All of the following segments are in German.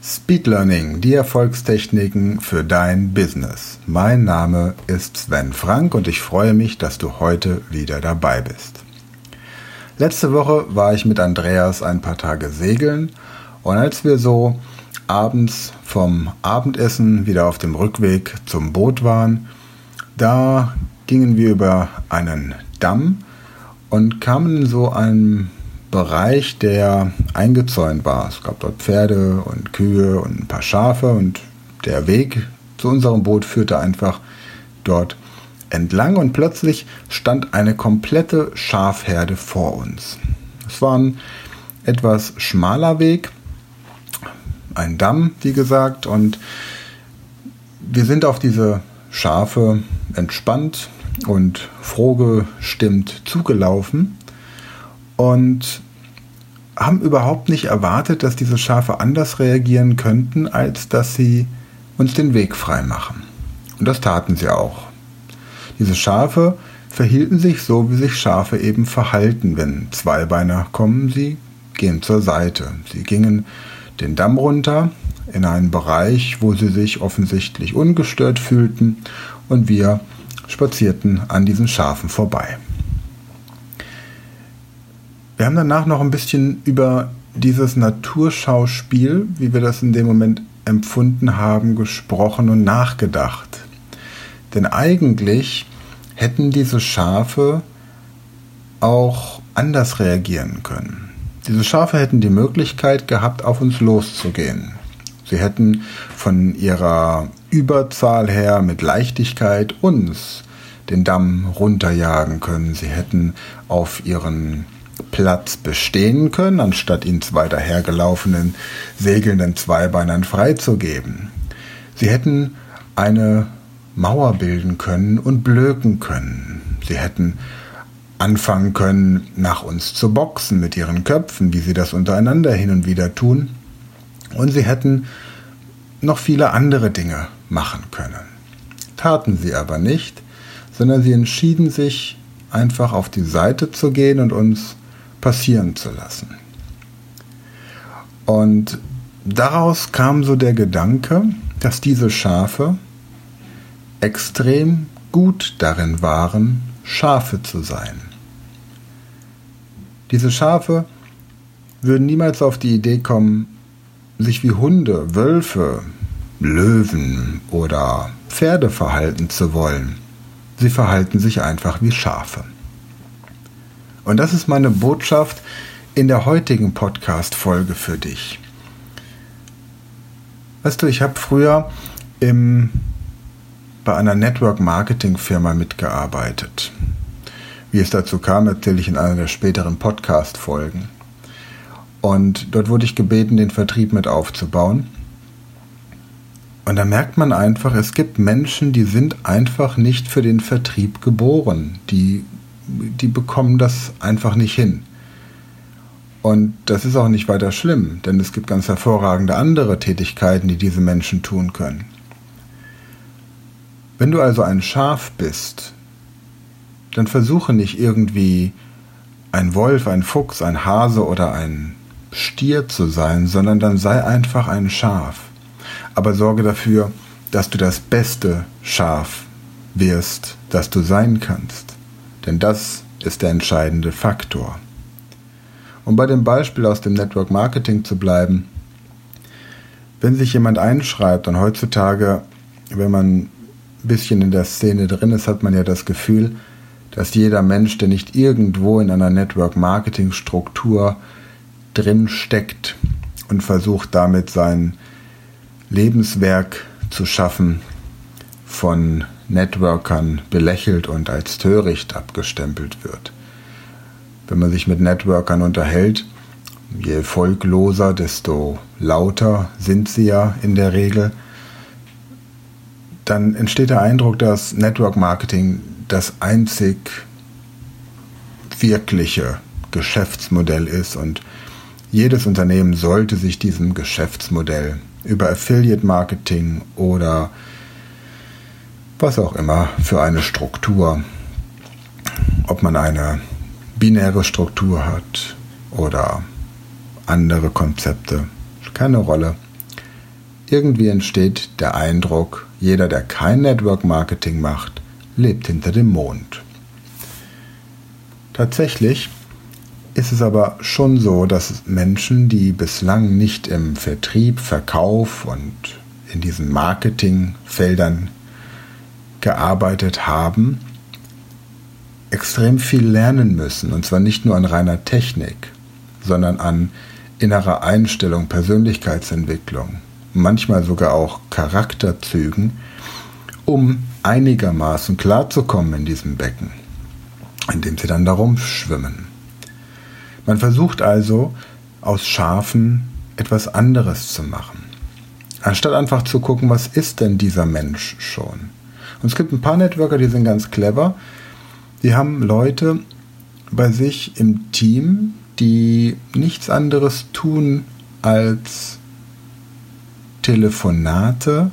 Speed Learning, die Erfolgstechniken für dein Business. Mein Name ist Sven Frank und ich freue mich, dass du heute wieder dabei bist. Letzte Woche war ich mit Andreas ein paar Tage segeln und als wir so abends vom Abendessen wieder auf dem Rückweg zum Boot waren, da gingen wir über einen Damm und kamen in so einen Bereich, der eingezäunt war. Es gab dort Pferde und Kühe und ein paar Schafe und der Weg zu unserem Boot führte einfach dort entlang und plötzlich stand eine komplette Schafherde vor uns. Es war ein etwas schmaler Weg, ein Damm, wie gesagt, und wir sind auf diese Schafe entspannt und frohgestimmt zugelaufen und haben überhaupt nicht erwartet, dass diese Schafe anders reagieren könnten, als dass sie uns den Weg frei machen. Und das taten sie auch. Diese Schafe verhielten sich so, wie sich Schafe eben verhalten, wenn Zweibeiner kommen. Sie gehen zur Seite. Sie gingen den Damm runter in einen Bereich, wo sie sich offensichtlich ungestört fühlten und wir spazierten an diesen Schafen vorbei. Wir haben danach noch ein bisschen über dieses Naturschauspiel, wie wir das in dem Moment empfunden haben, gesprochen und nachgedacht. Denn eigentlich hätten diese Schafe auch anders reagieren können. Diese Schafe hätten die Möglichkeit gehabt, auf uns loszugehen. Sie hätten von ihrer Überzahl her mit Leichtigkeit uns den Damm runterjagen können. Sie hätten auf ihren Platz bestehen können, anstatt ihn zwei dahergelaufenen, segelnden Zweibeinern freizugeben. Sie hätten eine Mauer bilden können und blöken können. Sie hätten anfangen können, nach uns zu boxen mit ihren Köpfen, wie sie das untereinander hin und wieder tun. Und sie hätten noch viele andere Dinge machen können. Taten sie aber nicht, sondern sie entschieden sich, einfach auf die Seite zu gehen und uns passieren zu lassen. Und daraus kam so der Gedanke, dass diese Schafe extrem gut darin waren, Schafe zu sein. Diese Schafe würden niemals auf die Idee kommen, sich wie Hunde, Wölfe, Löwen oder Pferde verhalten zu wollen. Sie verhalten sich einfach wie Schafe. Und das ist meine Botschaft in der heutigen Podcast-Folge für dich. Weißt du, ich habe früher bei einer Network-Marketing-Firma mitgearbeitet. Wie es dazu kam, erzähle ich in einer der späteren Podcast-Folgen. Und dort wurde ich gebeten, den Vertrieb mit aufzubauen. Und da merkt man einfach, es gibt Menschen, die sind einfach nicht für den Vertrieb geboren. Die bekommen das einfach nicht hin. Und das ist auch nicht weiter schlimm, denn es gibt ganz hervorragende andere Tätigkeiten, die diese Menschen tun können. Wenn du also ein Schaf bist, dann versuche nicht irgendwie ein Wolf, ein Fuchs, ein Hase oder ein Stier zu sein, sondern dann sei einfach ein Schaf. Aber sorge dafür, dass du das beste Schaf wirst, das du sein kannst. Denn das ist der entscheidende Faktor. Um bei dem Beispiel aus dem Network Marketing zu bleiben, wenn sich jemand einschreibt und heutzutage, wenn man ein bisschen in der Szene drin ist, hat man ja das Gefühl, dass jeder Mensch, der nicht irgendwo in einer Network Marketing Struktur drin steckt und versucht damit sein Lebenswerk zu schaffen, von Networkern belächelt und als töricht abgestempelt wird. Wenn man sich mit Networkern unterhält, je erfolgloser, desto lauter sind sie ja in der Regel, dann entsteht der Eindruck, dass Network Marketing das einzig wirkliche Geschäftsmodell ist und jedes Unternehmen sollte sich diesem Geschäftsmodell über Affiliate Marketing oder was auch immer für eine Struktur, ob man eine binäre Struktur hat oder andere Konzepte, keine Rolle. irgendwie entsteht der Eindruck, jeder, der kein Network Marketing macht, lebt hinter dem Mond. Tatsächlich ist es aber schon so, dass Menschen, die bislang nicht im Vertrieb, Verkauf und in diesen Marketingfeldern gearbeitet haben, extrem viel lernen müssen. Und zwar nicht nur an reiner Technik, sondern an innerer Einstellung, Persönlichkeitsentwicklung, manchmal sogar auch Charakterzügen, um einigermaßen klarzukommen in diesem Becken, in dem sie dann darum schwimmen. Man versucht also, aus Schafen etwas anderes zu machen. Anstatt einfach zu gucken, was ist denn dieser Mensch schon? Und es gibt ein paar Networker, die sind ganz clever. Die haben Leute bei sich im Team, die nichts anderes tun, als Telefonate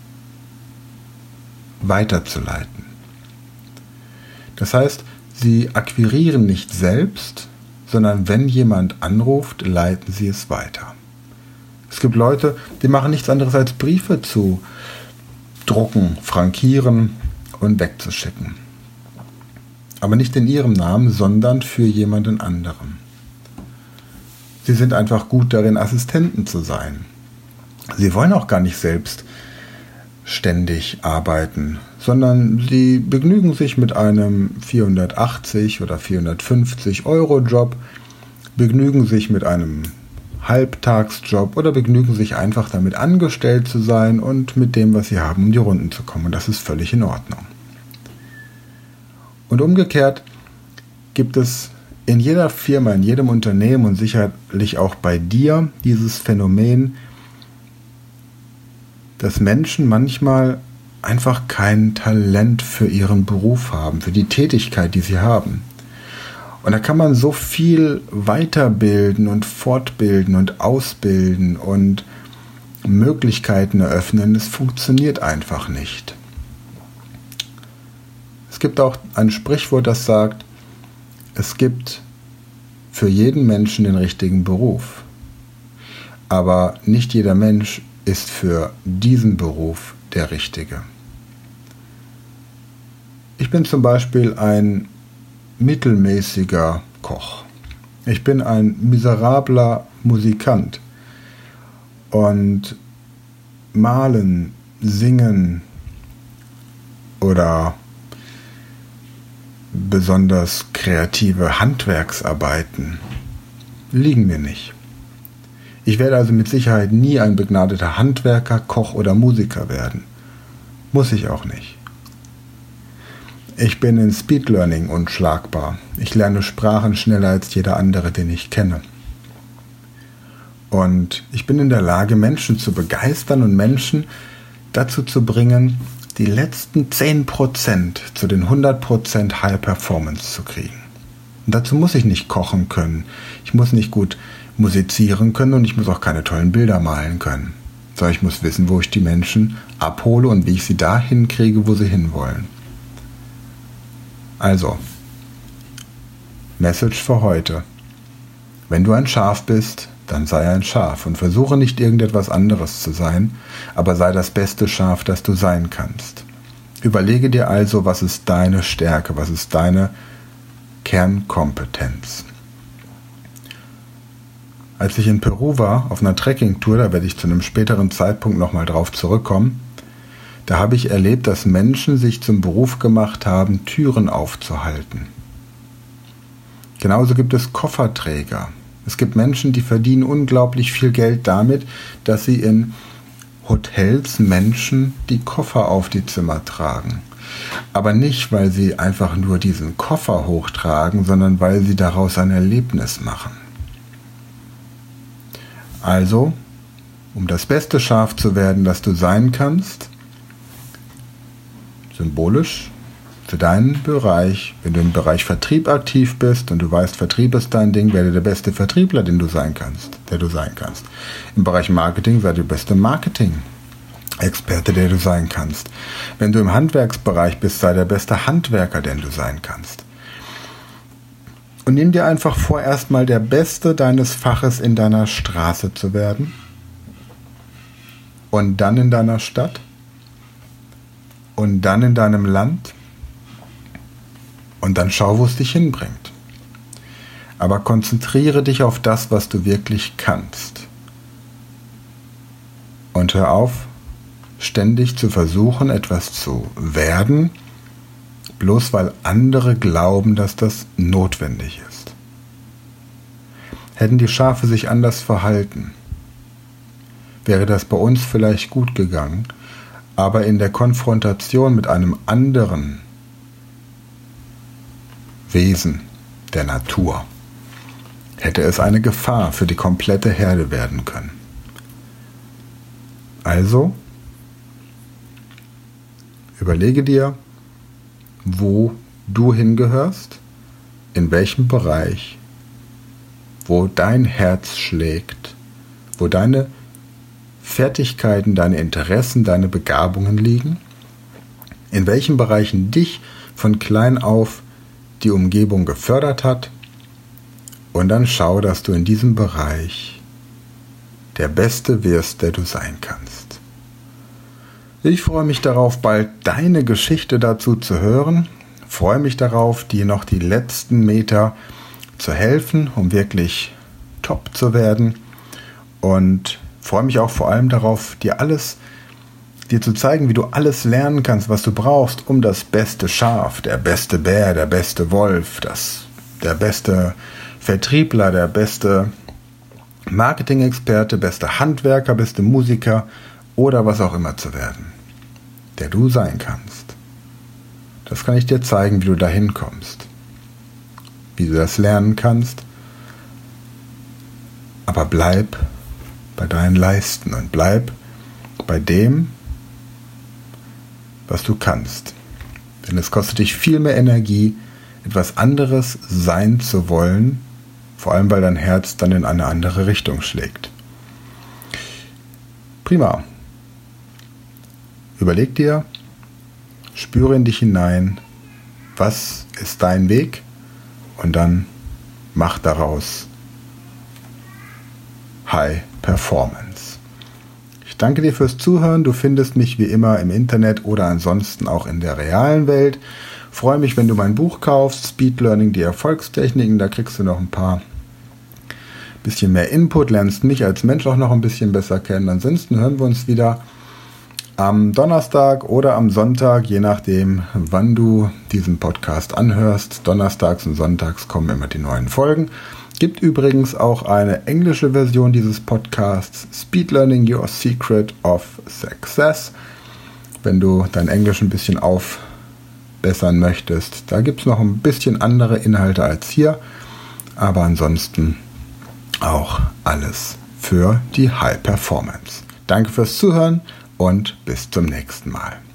weiterzuleiten. Das heißt, sie akquirieren nicht selbst, sondern wenn jemand anruft, leiten sie es weiter. Es gibt Leute, die machen nichts anderes als Briefe zu drucken, frankieren und wegzuschicken. Aber nicht in ihrem Namen, sondern für jemanden anderen. Sie sind einfach gut darin, Assistenten zu sein. Sie wollen auch gar nicht selbst ständig arbeiten, sondern sie begnügen sich mit einem 480 oder 450 Euro Job, begnügen sich mit einem Halbtagsjob oder begnügen sich einfach damit, angestellt zu sein und mit dem, was sie haben, um die Runden zu kommen. Und das ist völlig in Ordnung. Und umgekehrt gibt es in jeder Firma, in jedem Unternehmen und sicherlich auch bei dir dieses Phänomen, dass Menschen manchmal einfach kein Talent für ihren Beruf haben, für die Tätigkeit, die sie haben. Und da kann man so viel weiterbilden und fortbilden und ausbilden und Möglichkeiten eröffnen. Es funktioniert einfach nicht. Es gibt auch ein Sprichwort, das sagt, es gibt für jeden Menschen den richtigen Beruf. Aber nicht jeder Mensch ist für diesen Beruf der richtige. Ich bin zum Beispiel ein mittelmäßiger Koch. Ich bin ein miserabler Musikant. Und malen, singen oder besonders kreative Handwerksarbeiten liegen mir nicht. Ich werde also mit Sicherheit nie ein begnadeter Handwerker, Koch oder Musiker werden. Muss ich auch nicht. Ich bin in Speed Learning unschlagbar. Ich lerne Sprachen schneller als jeder andere, den ich kenne. Und ich bin in der Lage, Menschen zu begeistern und Menschen dazu zu bringen, die letzten 10% zu den 100% High Performance zu kriegen. Und dazu muss ich nicht kochen können. Ich muss nicht gut musizieren können und ich muss auch keine tollen Bilder malen können. Sondern ich muss wissen, wo ich die Menschen abhole und wie ich sie dahin kriege, wo sie hinwollen. Also, Message für heute. Wenn du ein Schaf bist, dann sei ein Schaf und versuche nicht irgendetwas anderes zu sein, aber sei das beste Schaf, das du sein kannst. Überlege dir also, was ist deine Stärke, was ist deine Kernkompetenz. Als ich in Peru war, auf einer Trekkingtour, da werde ich zu einem späteren Zeitpunkt nochmal drauf zurückkommen, da habe ich erlebt, dass Menschen sich zum Beruf gemacht haben, Türen aufzuhalten. Genauso gibt es Kofferträger. Es gibt Menschen, die verdienen unglaublich viel Geld damit, dass sie in Hotels Menschen die Koffer auf die Zimmer tragen. Aber nicht, weil sie einfach nur diesen Koffer hochtragen, sondern weil sie daraus ein Erlebnis machen. Also, um das beste Schaf zu werden, das du sein kannst, symbolisch für deinen Bereich, wenn du im Bereich Vertrieb aktiv bist und du weißt, Vertrieb ist dein Ding, werde der beste Vertriebler, der du sein kannst. Im Bereich Marketing sei der beste Marketing-Experte, der du sein kannst. Wenn du im Handwerksbereich bist, sei der beste Handwerker, den du sein kannst. Und nimm dir einfach vor, erstmal der Beste deines Faches in deiner Straße zu werden. und dann in deiner Stadt und dann in deinem Land und dann schau, wo es dich hinbringt. Aber konzentriere dich auf das, was du wirklich kannst. Und hör auf, ständig zu versuchen, etwas zu werden, bloß weil andere glauben, dass das notwendig ist. Hätten die Schafe sich anders verhalten, wäre das bei uns vielleicht gut gegangen, aber in der Konfrontation mit einem anderen Wesen der Natur hätte es eine Gefahr für die komplette Herde werden können. Also, überlege dir, wo du hingehörst, in welchem Bereich, wo dein Herz schlägt, wo deine Fertigkeiten, deine Interessen, deine Begabungen liegen, in welchen Bereichen dich von klein auf die Umgebung gefördert hat, und dann schau, dass du in diesem Bereich der Beste wirst, der du sein kannst. Ich freue mich darauf, bald deine Geschichte dazu zu hören. Freue mich darauf, dir noch die letzten Meter zu helfen, um wirklich top zu werden. Und freue mich auch vor allem darauf, dir zu zeigen, wie du alles lernen kannst, was du brauchst, um das beste Schaf, der beste Bär, der beste Wolf, der beste Vertriebler, der beste Marketing-Experte, beste Handwerker, beste Musiker oder was auch immer zu werden, der du sein kannst. Das kann ich dir zeigen, wie du dahin kommst, wie du das lernen kannst, aber bleib bei deinen Leisten und bleib bei dem, was du kannst. Denn es kostet dich viel mehr Energie, etwas anderes sein zu wollen, vor allem weil dein Herz dann in eine andere Richtung schlägt. Prima. Überleg dir, spüre in dich hinein, was ist dein Weg, und dann mach daraus High Performance. Ich danke dir fürs Zuhören. Du findest mich wie immer im Internet oder ansonsten auch in der realen Welt. Freue mich, wenn du mein Buch kaufst, Speed Learning, die Erfolgstechniken. Da kriegst du noch ein bisschen mehr Input, lernst mich als Mensch auch noch ein bisschen besser kennen. Ansonsten hören wir uns wieder am Donnerstag oder am Sonntag, je nachdem, wann du diesen Podcast anhörst. Donnerstags und sonntags kommen immer die neuen Folgen. Gibt übrigens auch eine englische Version dieses Podcasts, Speed Learning, Your Secret of Success. Wenn du dein Englisch ein bisschen aufbessern möchtest, da gibt es noch ein bisschen andere Inhalte als hier, aber ansonsten auch alles für die High Performance. Danke fürs Zuhören und bis zum nächsten Mal.